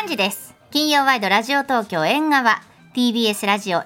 3時です。金曜ワイドラジオ東京縁側 TBS ラジオ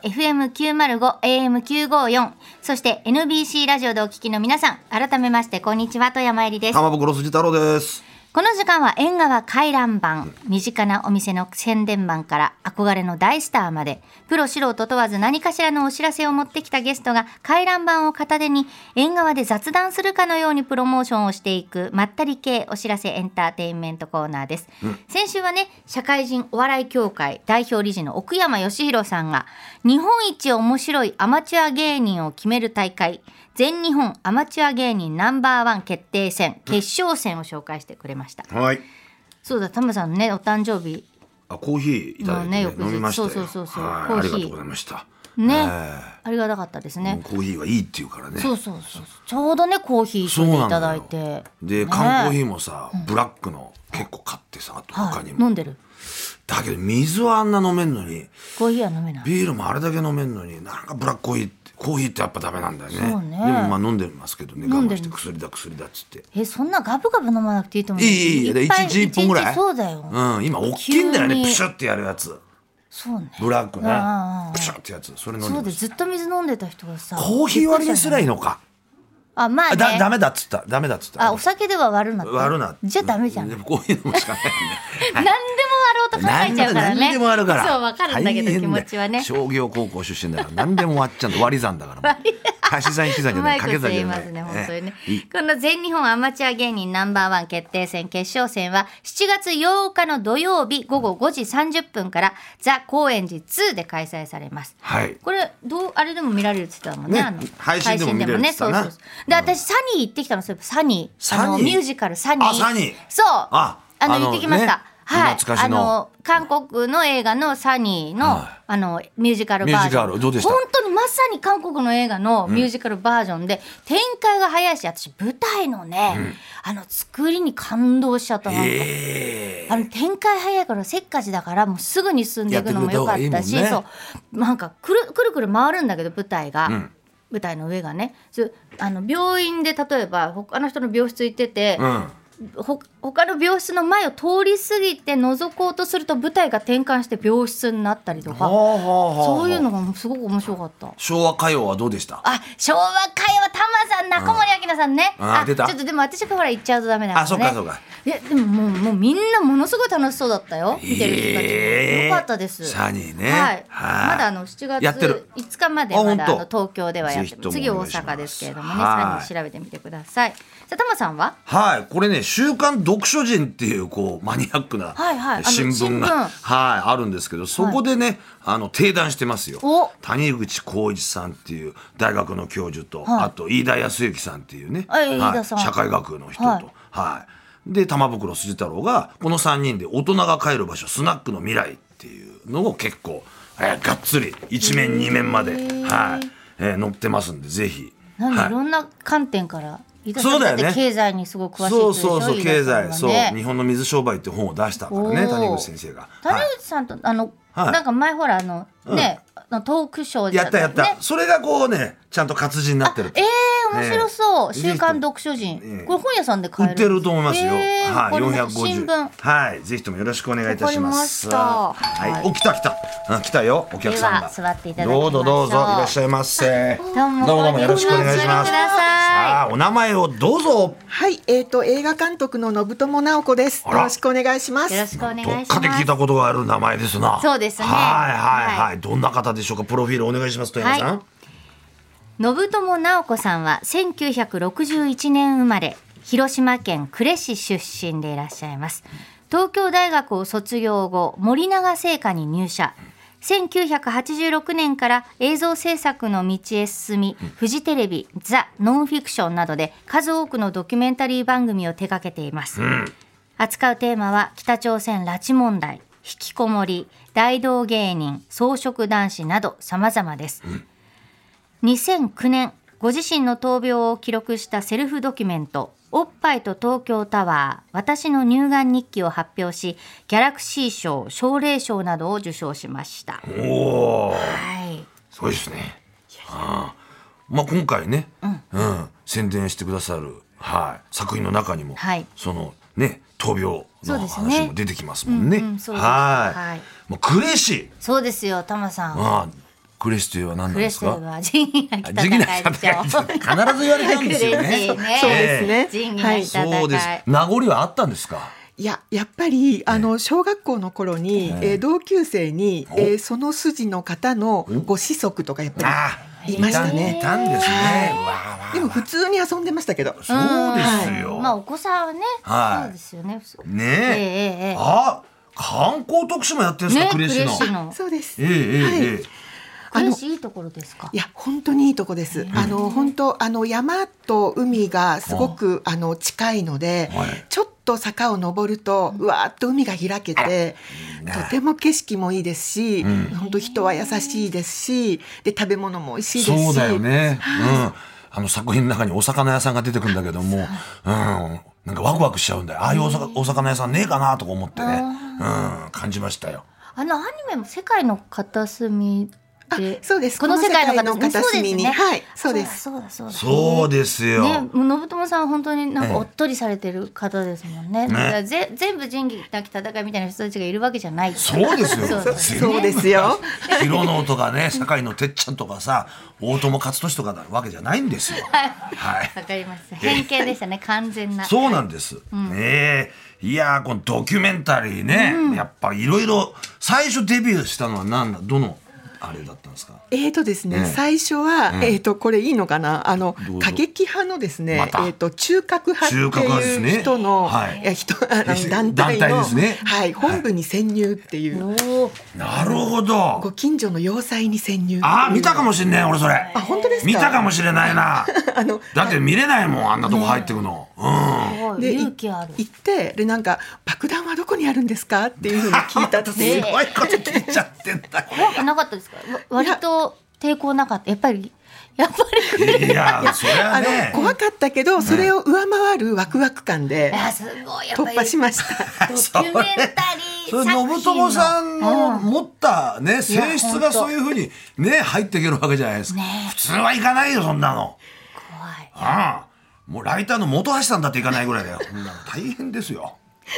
FM905 AM954 そして NBC ラジオでお聞きの皆さん、改めましてこんにちは。富山えりです。 玉袋筋太郎です。 この時間は縁側回覧版、身近なお店の宣伝版から憧れの大スターまで、プロ素人問わず何かしらのお知らせを持ってきたゲストが回覧版を片手に縁側で雑談するかのようにプロモーションをしていくまったり系お知らせエンターテインメントコーナーです。先週はね、社会人お笑い協会代表理事の奥山義弘さんが日本一面白いアマチュア芸人を決める大会、全日本アマチュア芸人ナンバーワン決定戦決勝戦を紹介してくれました。 はい。 そうだ、タムさんのね、お誕生日コーヒーいただいて、ね、飲みましたよ。 そうコーヒーありがとうございましたね、ありがたかったですね。 コーヒーはいいっていうからね。 そうちょうどねコーヒー一緒にいただいて、 で、缶コーヒーもさ、ブラックの結構買ってさ、あと他にも、 飲んでる。 だけど水はあんな飲めんのに、 コーヒーは飲めない。 ビールもあれだけ飲めんのに、なんかブラックコーヒーってやっぱダメなんだよね。 そうね。 でもまあ飲んでますけどね、我慢して薬だっつって。 そんなガブガブ飲まなくていいと思う。 いい1日1本ぐらい。 そうだよ。 今大きいんだよね、プシュってやるやつ。 そうね。 ブラックね、プシュってやつ、それ飲んでます。 そうで、ずっと水飲んでた人がさ、 コーヒー割りにすりゃいいのか。 あ、まあね、 ダメだっつった。 あ、お酒では割るなって。 割るな。 じゃあダメじゃん。 でもコーヒー飲むしかないよね。 何でも割ろうと考えちゃうからね。 何でも割るから。 そう、分かるんだけど気持ちはね。 商業高校出身だから何でも割っちゃうんだ。割り算だから足し算引き算じゃない、掛け算じゃない。 うまいこと言いますね、本当にね。この全日本アマチュア芸人ナンバーワン決定戦決勝戦は7月8日の土曜日午後5時30分からザ・高円寺2で開催されます。 はい。 これあれでも見られるって言ってたもんね。 配信でも見れるって言ったな。 そう。で、私サニー行ってきたの。それサニー、ミュージカルサニー。 サニー。 そう。行ってきました。はい。韓国の映画のサニーの、ミュージカルバージョン。 どうでした？ 本当にまさに韓国の映画のミュージカルバージョンで、展開が早いし、私舞台のね、作りに感動しちゃった。展開早いからせっかちだからもうすぐに進んでいくのも良かったし、そうなんかくるくる回るんだけど舞台が。舞台の上がね、病院で例えば他の人の病室行ってて、他の病室の前を通り過ぎて覗こうとすると舞台が転換して病室になったりとか、そういうのがすごく面白かった。 昭和歌謡はどうでした？ 昭和歌謡はタマさん、中森明菜さんね。 出た。 ちょっとでも私がほら言っちゃうとダメだからね。 そうか。 でももうみんなものすごい楽しそうだったよ。見てる人たちもよかったです。 サニーね。 はい。まだ7月5日までまだ東京ではやってる。次大阪ですけれどもね、サニー調べてみてください。さあ、タマさんは？はい、 これね、週刊読書人っていうマニアックな新聞があるんですけど、そこでね、定談してますよ。谷口浩一さんっていう大学の教授と、あと飯田康之さんっていうね、社会学の人と、で玉袋筋太郎がこの3人で大人が帰る場所スナックの未来っていうのを結構、がっつり1面2面まで、載ってますんで、ぜひ。 いろんな観点からそうだよね。 経済にすごく詳しい人でしょ。 そう経済、日本の水商売って本を出したからね、谷口先生が。 谷口さんとなんか前ほらね、トークショーでやったそれがちゃんと活字になってる。 面白そう。週刊読書人、これ本屋さんで買える？ 売ってると思いますよ。450。 新聞。 はい、ぜひともよろしくお願いいたします。 はい。 来たよ、お客さんが。 では座っていただきましょう。 どうぞいらっしゃいませ。どうもよろしくお願いします。さあ、お名前をどうぞ。 はい、映画監督の信友直子です。よろしくお願いします。 よろしくお願いします。 どっかで聞いたことがある名前ですな。 そうですね。 はい。どんな方でしょうか。プロフィールお願いします。富山さん。 信友直子さんは1961年生まれ、広島県呉市出身でいらっしゃいます。東京大学を卒業後、森永製菓に入社。1986年から映像制作の道へ進み、フジテレビ、ザ・ノンフィクションなどで数多くのドキュメンタリー番組を手掛けています。扱うテーマは北朝鮮拉致問題、引きこもり、大道芸人、草食男子など様々です。2009年、ご自身の闘病を記録したセルフドキュメント、おっぱいと東京タワー、私の乳がん日記を発表し、ギャラクシー賞、奨励賞などを受賞しました。 すごいですね。今回ね、宣伝してくださる、作品の中にも、そのね闘病の話も出てきますもんね。はい。もう呉市。 そうですよ、タマさん。 呉市といえば何なんですか。 呉市といえば仁義なき戦いでしょ。 必ず言われたんですよね。 そうですね。 仁義なき戦い。 そうです。名残はあったんですか。 やっぱり小学校の頃に、同級生に、その筋の方のご子息とかやっぱりいましたね。 いたんですね。 でも普通に遊んでましたけど。 そうですよ。 まあお子さんはね、そうですよね。 ねえ。観光特集もやってるんですか、呉市の。 そうです。 呉市いいところですか。 いや本当にいいとこです。本当山と海がすごく近いので、ちょっと坂を登るとうわーっと海が開けて、とても景色もいいですし、本当人は優しいですし、で食べ物も美味しいですし。 そうだよね。作品の中にお魚屋さんが出てくるんだけども、なんかワクワクしちゃうんだよ。ああいうお魚屋さんねえかなとか思ってね、感じましたよ。 アニメも世界の片隅で、 そうです。 この世界の片隅に、はい、そうです。 そうですよ。 ね、信友さんは本当になんかおっとりされてる方ですもんね。全部仁義なき戦いみたいな人たちがいるわけじゃない。 そうですよ。 そうですよ。 広野とかね、堺のてっちゃんとかさ、大友克俊とかなわけじゃないんですよ。 はい。わかりました。偏見でしたね、完全な。 そうなんです。いやこのドキュメンタリーね、やっぱいろいろ最初デビューしたのはどのあれだったんですか。 ですね、最初は、これいいのかな、過激派のですね、中核派っていう人の、団体の、本部に潜入っていう。 なるほど。 ご近所の要塞に潜入。 見たかもしれない俺それ。 本当ですか。 見たかもしれないな。だって見れないもん、あんなとこ入ってくの。 で勇気ある。 行ってでなんか爆弾はどこにあるんですかっていうふうに聞いたって。 すごいこと聞いちゃってんだ。 怖くなかったですか。割と抵抗なかった。やっぱりいやそれはね、 怖かったけど、それを上回るワクワク感で突破しました。 ドキュメンタリー作品の信友さんの持ったね性質がそういうふうにね入っていけるわけじゃないですか。普通はいかないよそんなの。怖い。もうライターの本橋さんだっていかないぐらいだよ。大変ですよ。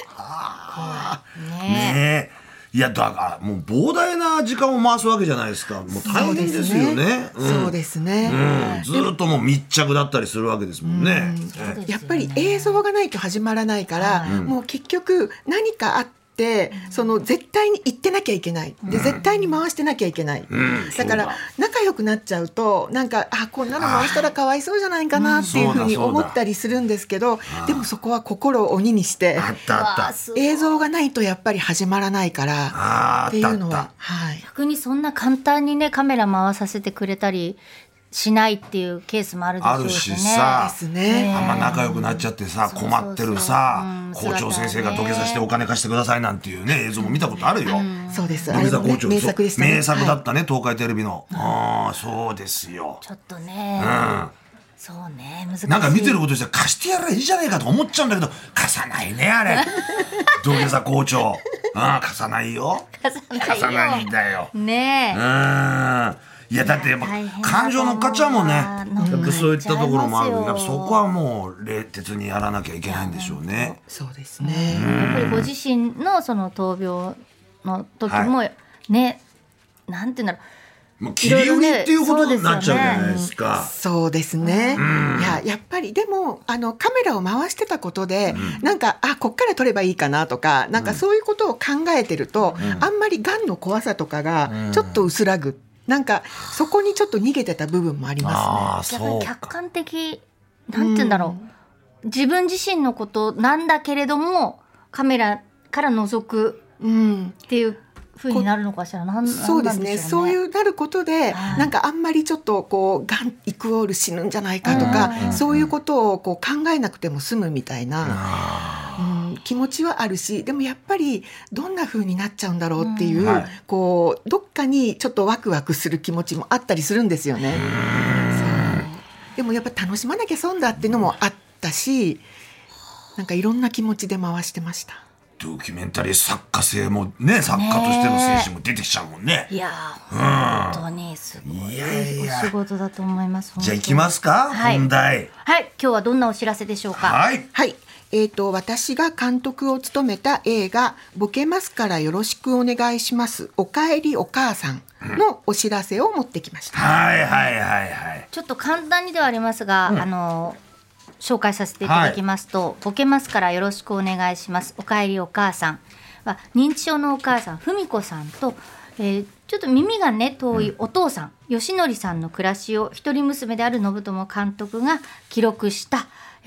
ねえ。いやだからもう膨大な時間を回すわけじゃないですか。もう大変ですよね。 そうですね。 ずっともう密着だったりするわけですもんね。 やっぱり映像がないと始まらないから、もう結局何かあってその絶対に行ってなきゃいけないで、絶対に回してなきゃいけない、だから仲良くなっちゃうとなんかこんなの回したらかわいそうじゃないかなっていうふうに思ったりするんですけど、でもそこは心を鬼にして映像がないとやっぱり始まらないからっていうのは、 逆にそんな簡単にねカメラ回させてくれたりしないっていうケースもあるでしょうしね。 あるしさ、あんま仲良くなっちゃってさ、困ってるさ、校長先生が土下座してお金貸してくださいなんていうね映像も見たことあるよ。 そうです。 土下座校長、 名作でしたね。 名作だったね、東海テレビの。そうですよ。 ちょっとね、そうね、難しい。 なんか見てることして貸してやればいいじゃないかと思っちゃうんだけど、貸さないねあれ。土下座校長、貸さないよ。貸さないんだよ。 ねえ。 いやだってやっぱ感情乗っかっちゃうもんね。やっぱそういったところもある。やっぱそこはもう冷徹にやらなきゃいけないんでしょうね。 そうですね。 やっぱりご自身のその闘病の時もね、なんていうんだろう。 もう切り売りっていうことになっちゃうじゃないですか。 そうですね。やっぱりでもカメラを回してたことで、なんかこっから撮ればいいかなとか、なんかそういうことを考えてると、あんまりがんの怖さとかがちょっと薄らぐ。なんかそこにちょっと逃げてた部分もありますね。 やっぱり客観的なんて言うんだろう、自分自身のことなんだけれどもカメラから覗くっていう風になるのかしら。 そうですね。そういうなることで、なんかあんまりちょっとがんイクオール死ぬんじゃないかとか、そういうことを考えなくても済むみたいな気持ちはあるし、でもやっぱりどんな風になっちゃうんだろうっていう、どっかにちょっとワクワクする気持ちもあったりするんですよね。でもやっぱ楽しまなきゃ損だっていうのもあったし、なんかいろんな気持ちで回してました。 ドキュメンタリー作家性もね、作家としての精神も出てきちゃうもんね。 いや本当にすごいお仕事だと思います。 じゃあ行きますか、本題。 はい、今日はどんなお知らせでしょうか。 はい、 私が監督を務めた映画ボケますからよろしくお願いしますおかえりお母さんのお知らせを持ってきました。 はいはいはいはい。 ちょっと簡単にではありますが、紹介させていただきますと、ボケますからよろしくお願いしますおかえりお母さんは認知症のお母さん文子さんと、ちょっと耳がね遠いお父さん、吉典さんの暮らしを一人娘である信友監督が記録した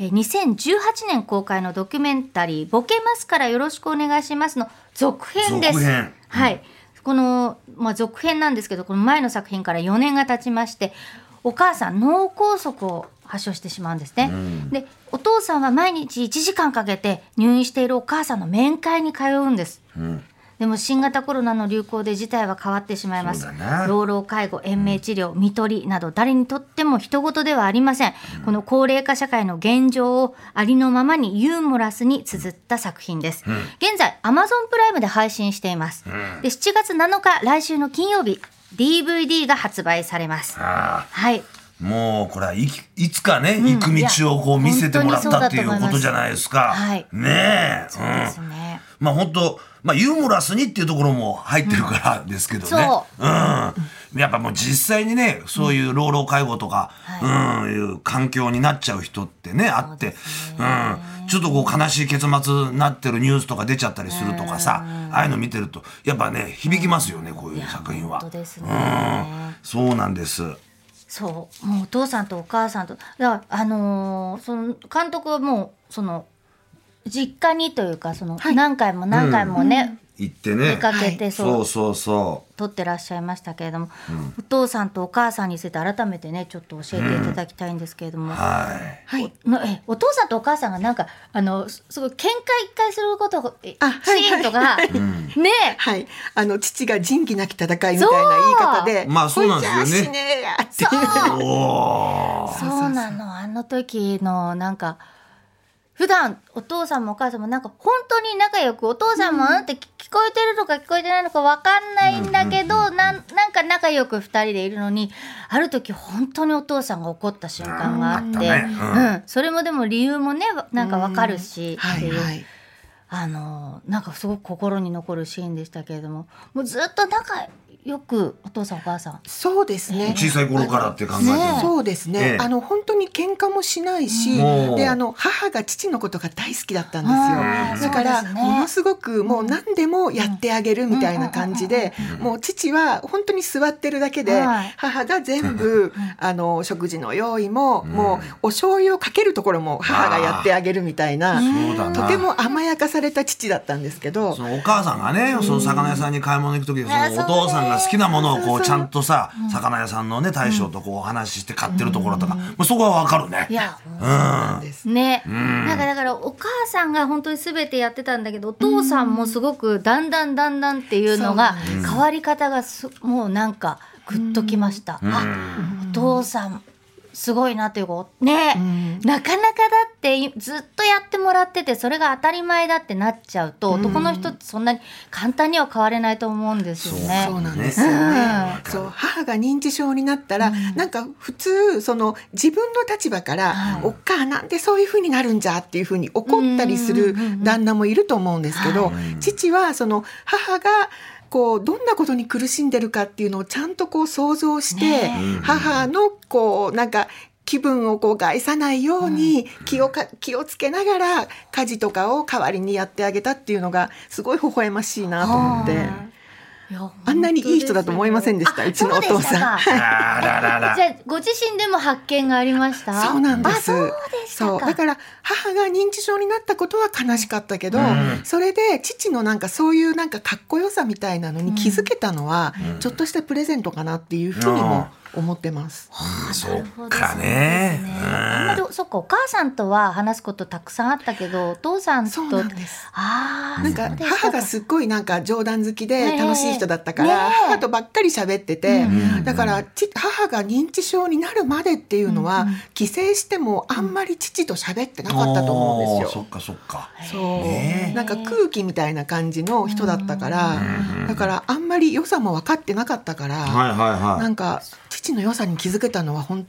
2018年公開のドキュメンタリーボケますからよろしくお願いしますの続編です。はい、この、続編なんですけど、この前の作品から4年が経ちまして、お母さん脳梗塞を発症してしまうんですね、でお父さんは毎日1時間かけて入院しているお母さんの面会に通うんです、でも新型コロナの流行で事態は変わってしまいます。老老介護、延命治療、看取りなど誰にとっても人事ではありません、この高齢化社会の現状をありのままにユーモラスに綴った作品です、現在 Amazon プライムで配信しています、で7月7日来週の金曜日 DVD が発売されます。はい、 もうこれはいつかね、行く道をこう見せてもらったっていうことじゃないですか。ねえ、そうですね。本当ユーモラスにっていうところも入ってるからですけどね。やっぱもう実際にね、そういう老老介護とか、いう環境になっちゃう人ってね、あって、ちょっとこう悲しい結末になってるニュースとか出ちゃったりするとかさ、ああいうの見てるとやっぱね響きますよね、こういう作品は。 本当ですね。 そうなんです。 そう、もうお父さんとお母さんと、だからその監督はもうその実家にというか、その何回も何回もね、 行ってね出かけて、 そう撮ってらっしゃいましたけれども、お父さんとお母さんについて改めてねちょっと教えていただきたいんですけれども、お父さんとお母さんがなんかすごい喧嘩一回することがシーンとかね、 父が仁義なき戦いみたいな言い方で、 そうなんですよね。 死ねえやっていうそうなの。あの時のなんか普段お父さんもお母さんもなんか本当に仲良く、お父さんもって聞こえてるのか聞こえてないのか分かんないんだけど、なんか仲良く2人でいるのに、ある時本当にお父さんが怒った瞬間があって、それもでも理由もねなんか分かるしっていう、なんかすごく心に残るシーンでしたけれども、もうずっと仲よくお父さんお母さん。 そうですね、 小さい頃からって考えても、 そうですね、本当に喧嘩もしないし、で母が父のことが大好きだったんですよ。だからものすごくもう何でもやってあげるみたいな感じで、もう父は本当に座ってるだけで、母が全部食事の用意も、もうお醤油をかけるところも母がやってあげるみたいな、とても甘やかされた父だったんですけど、 そのお母さんがね、その魚屋さんに買い物行く時に、そのお父さんが好きなものをこうちゃんとさ、魚屋さんのね大将とこう話して買ってるところとか、そこはわかるね。 いや、ね、だからお母さんが本当に全てやってたんだけど、お父さんもすごくだんだんっていうのが変わり方がもうなんかグッときました。お父さんすごいなというね、なかなかだってずっとやってもらってて、それが当たり前だってなっちゃうと、男の人ってそんなに簡単には変われないと思うんですよね。 そうなんですよね。母が認知症になったら、なんか普通その自分の立場から、おっかなんでそういう風になるんじゃっていう風に怒ったりする旦那もいると思うんですけど、父はその母がこうどんなことに苦しんでるかっていうのをちゃんとこう想像して、母のこうなんか気分をこう害さないように気をつけながら家事とかを代わりにやってあげたっていうのがすごい微笑ましいなと思って、あんなにいい人だと思いませんでした、うちのお父さん。じゃあご自身でも発見がありました？ そうなんです。 そうでしたか。 だから母が認知症になったことは悲しかったけど、それで父のなんかそういうなんかかっこよさみたいなのに気づけたのは、ちょっとしたプレゼントかなっていうふうにも思ってます。 そうかね。 あんまりそっか、お母さんとは話すことたくさんあったけど、お父さんと、 そうなんです。なんか母がすっごいなんか冗談好きで楽しい人だったから、母とばっかり喋ってて、だから母が認知症になるまでっていうのは、帰省してもあんまり父と喋ってなかったと思うんですよ。 そっか。 なんか空気みたいな感じの人だったから、だからあんまり良さも分かってなかったから、なんか父の良さに気づけたのは本当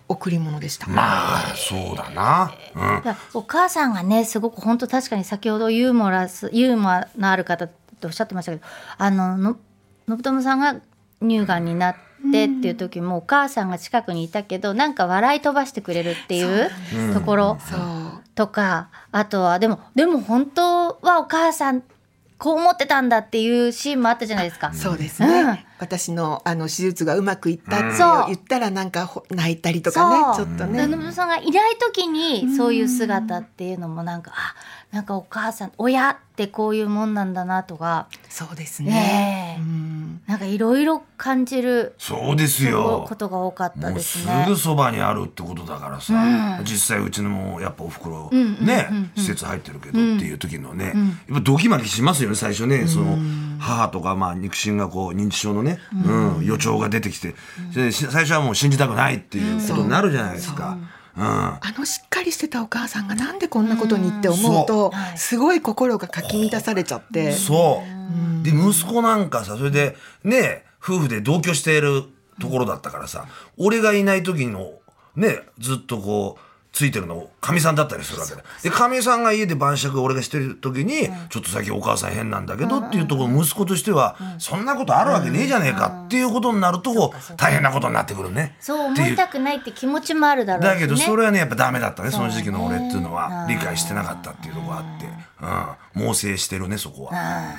贈り物でした。 まあそうだな、 お母さんがねすごく本当確かに先ほどユーモアのある方っておっしゃってましたけど、信友さんが乳がんになってっていう時もお母さんが近くにいたけどなんか笑い飛ばしてくれるっていうところとか、あとはでも本当はお母さんこう思ってたんだっていうシーンもあったじゃないですか。 そうですね、私の手術がうまくいったって言ったらなんか泣いたりとかね、ちょっとね、 信さんがいない時にそういう姿っていうのもなんかお母さん親ってこういうもんなんだなとか。 そうですね、 なんかいろいろ感じるそうですよことが多かったですね。 もうすぐそばにあるってことだからさ、実際うちのもやっぱおふくろね施設入ってるけどっていう時のね、やっぱドキマキしますよね最初ね、その母とか肉親がこう認知症のね、予兆が出てきて、最初はもう信じたくないっていうことになるじゃないですか。 しっかりしてたお母さんがなんでこんなことにって思うと、すごい心がかき乱されちゃって、 そうで息子なんかさ、それでね夫婦で同居しているところだったからさ、俺がいない時のねずっとこうついてるのかみさんだったりするわけだ。でかみさんが家で晩酌俺がしてる時に、ちょっと最近お母さん変なんだけどっていうところ、息子としては、そんなことあるわけねえじゃねえかっていうことになると、大変なことになってくるね。 そう思いたくないって気持ちもあるだろうしね。 だけどそれはねやっぱダメだったね、その時期の俺っていうのは理解してなかったっていうところがあって、猛省してるねそこは。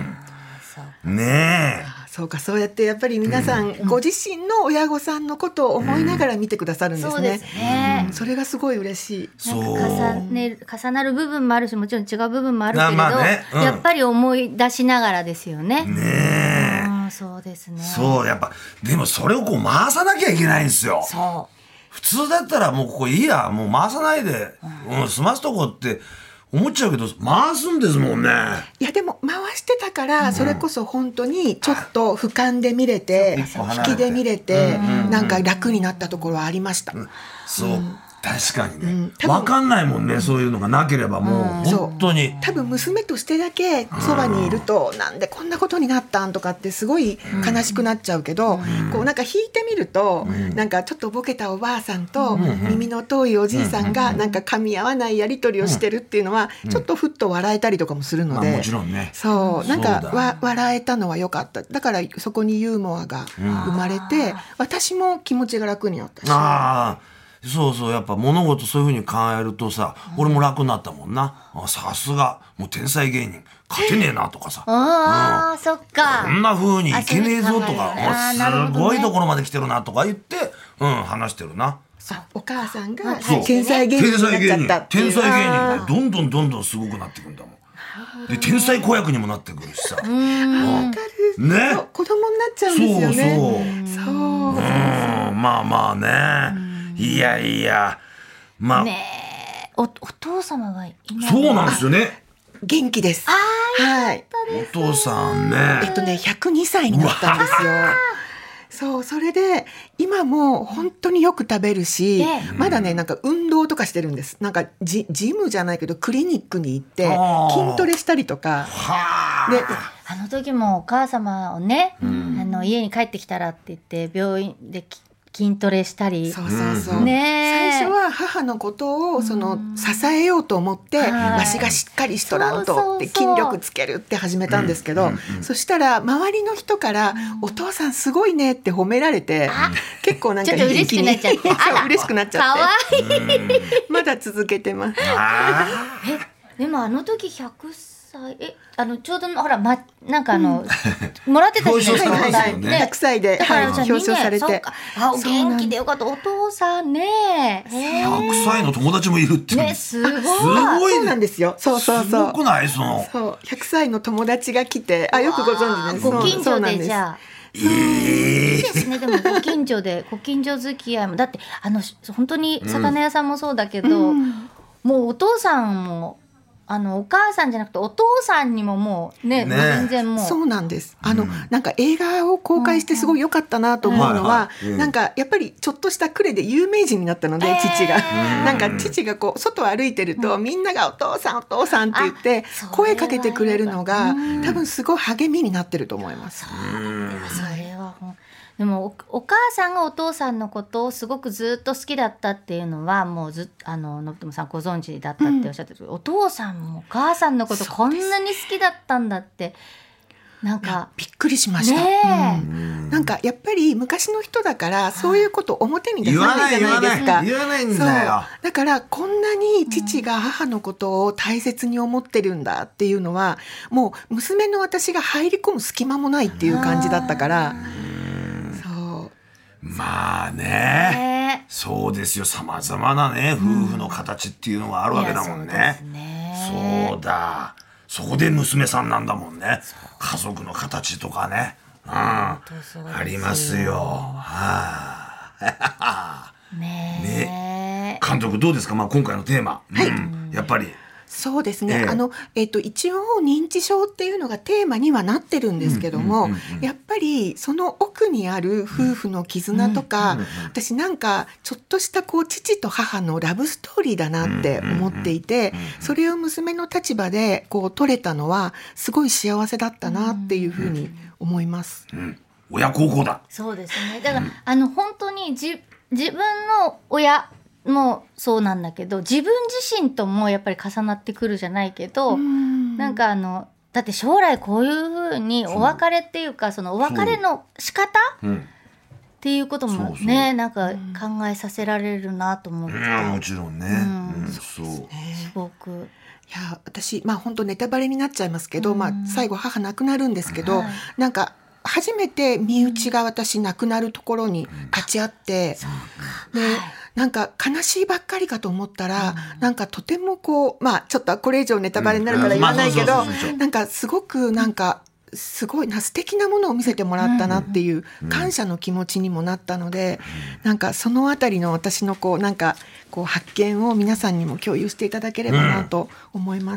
ねえ、 そうか、そうやってやっぱり皆さん、ご自身の親御さんのことを思いながら見てくださるんですね。 そうですね、 それがすごい嬉しい。 重なる部分もあるし、もちろん違う部分もあるけれど、やっぱり思い出しながらですよね。 ねえ、 そうですね。 そうやっぱでもそれをこう回さなきゃいけないんですよ。普通だったらもうここいいや、もう回さないで、済ますとこって思っちゃうけど回すんですもんね。 いやでも回してたから、それこそ本当にちょっと俯瞰で見れて、引きで見れて、なんか楽になったところはありました。 そう、確かにね、分かんないもんね、そういうのがなければもう本当に。 多分娘としてだけそばにいると、なんでこんなことになったんとかってすごい悲しくなっちゃうけど、こうなんか引いてみると、なんかちょっとボケたおばあさんと耳の遠いおじいさんがなんか噛み合わないやり取りをしてるっていうのは、ちょっとふっと笑えたりとかもするので、 もちろんね、 そうなんか笑えたのは良かった。だからそこにユーモアが生まれて、私も気持ちが楽になったし。 そうそう、やっぱ物事そういう風に考えるとさ、俺も楽になったもんな。さすがもう天才芸人勝てねえなとかさ、 そっか、 こんな風にいけねえぞとか、すごいところまで来てるなとか言って、話してるな。 お母さんが天才芸人になっちゃったっていう。 天才芸人でどんどんすごくなってくんだもん。で天才子役にもなってくるしさ。わかる。ね。 子供になっちゃうんですよね。そう。 まあね。いやまあねえ、お父様はいない。 そうなんですよね。 元気です。はい。 お父さんね。 102歳になったんですよ。そう、それで今も本当によく食べるし、まだねなんか運動とかしてるんです。なんかジムじゃないけどクリニックに行って筋トレしたりとか。 であの時もお母様をね、家に帰ってきたらって言って病院で筋トレしたり。 そう、最初は母のことを支えようと思って、わしがしっかりしとらんとって筋力つけるって始めたんですけど、そしたら周りの人からお父さんすごいねって褒められて、結構なんか嬉しくなっちゃって嬉しくなっちゃってまだ続けてます。 でもあの時100歳ちょうどほら、なんかもらってたじゃないですか。 100歳で表彰されて、 お元気でよかった。お父さんね、 100歳の友達もいるってね、すごい。 そうなんですよ。そう。すごくない？ そう100歳の友達が来て、よくご存知です。 ご近所でじゃあ。いいですね。でもご近所付き合いも、だって本当に魚屋さんもそうだけど、もうお父さんもお母さんじゃなくてお父さんにももうね、全然もう。 そうなんです。なんか映画を公開してすごい良かったなと思うのは、なんかやっぱりちょっとした呉で有名人になったので、父がなんか父がこう外を歩いてると、みんながお父さんって言って声かけてくれるのが、多分すごい励みになってると思います。 それはでも お母さんがお父さんのことをすごくずっと好きだったっていうのはもう信友さんご存知だったっておっしゃってる、お父さんもお母さんのことこんなに好きだったんだってなんかびっくりしました、なんかやっぱり昔の人だからそういうこと表に出さないじゃないですか。 言わないんだよ。 だからこんなに父が母のことを大切に思ってるんだっていうのはもう娘の私が入り込む隙間もないっていう感じだったから、 まあね、そうですよ。さまざまなね夫婦の形っていうのがあるわけだもんね。そうだ、そこで娘さんなんだもんね。家族の形とかね、ありますよ。ね、監督どうですか、今回のテーマ、やっぱりそうですね、一応認知症っていうのがテーマにはなってるんですけども、やっぱりその奥にある夫婦の絆とか、私なんかちょっとしたこう父と母のラブストーリーだなって思っていて、それを娘の立場でこう取れたのはすごい幸せだったなっていうふうに思います。 親孝行だ。 そうですね。だから本当に自分の親もそうなんだけど自分自身ともやっぱり重なってくるじゃないけど、なんかだって将来こういうふうにお別れっていうかそのお別れの仕方っていうこともね、なんか考えさせられるなと思って。 もちろんね、そうすごく。 いや私本当ネタバレになっちゃいますけど、最後母亡くなるんですけど、なんか初めて身内が私亡くなるところに立ち会って、でなんか悲しいばっかりかと思ったら、なんかとてもこうちょっとこれ以上ネタバレになるから言わないけど、なんかすごくなんかすごい素敵なものを見せてもらったなっていう感謝の気持ちにもなったので、なんかそのあたりの私のこうなんかこう発見を皆さんにも共有していただければなと思います。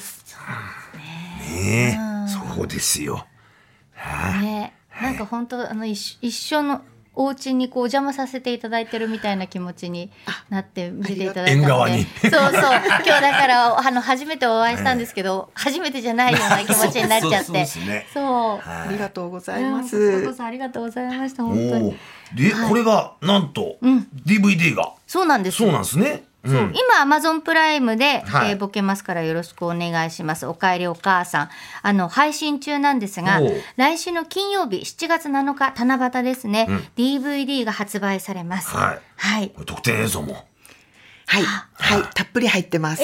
そうですよ。 なんか本当一緒のお家にこうお邪魔させていただいてるみたいな気持ちになって見せていただいたので、そう今日だから初めてお会いしたんですけど、初めてじゃないような気持ちになっちゃって、 ありがとうございます。 ありがとうございました本当に。 で、これがなんと DVD がそうなんです。 そうなんですね。 今Amazon プライムで、ボケますからよろしくお願いします。おかえりお母さん配信中なんですが、来週の金曜日7月7日七夕ですね、DVD が発売されます。 特典映像もたっぷり入ってます。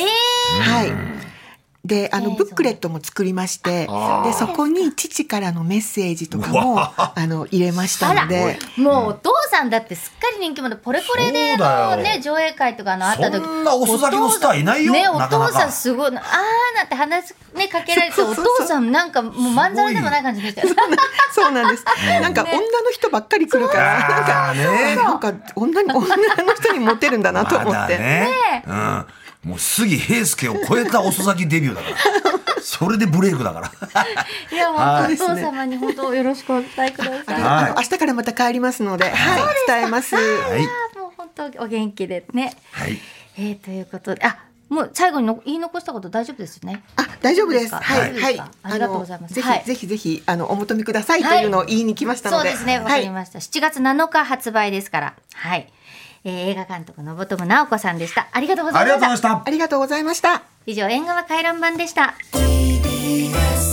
でブックレットも作りまして、でそこに父からのメッセージとかも入れましたので、 もうお父さんだってすっかり人気者、ポレポレで上映会とかあった時、 そんな遅咲きのスターいないよ。 お父さんすごいなんて話かけられて、お父さんなんかもうまんざらでもない感じでしたよ。 そうなんです。なんか女の人ばっかり来るからなんか女の人にモテるんだなと思って。 もう杉平介を超えた遅咲きデビューだからそれでブレイクだからいや本当お父様に本当よろしくお伝えください。 明日からまた帰りますので、伝えます。 もう本当お元気でね。ということでもう最後に言い残したこと大丈夫ですね。 大丈夫です。 ありがとうございます。 ぜひお求めくださいというのを言いに来ましたので。 そうですね、わかりました。7月7日発売ですから。映画監督の信友直子さんでした。ありがとうございました。 ありがとうございました。 以上、縁側回覧版でした。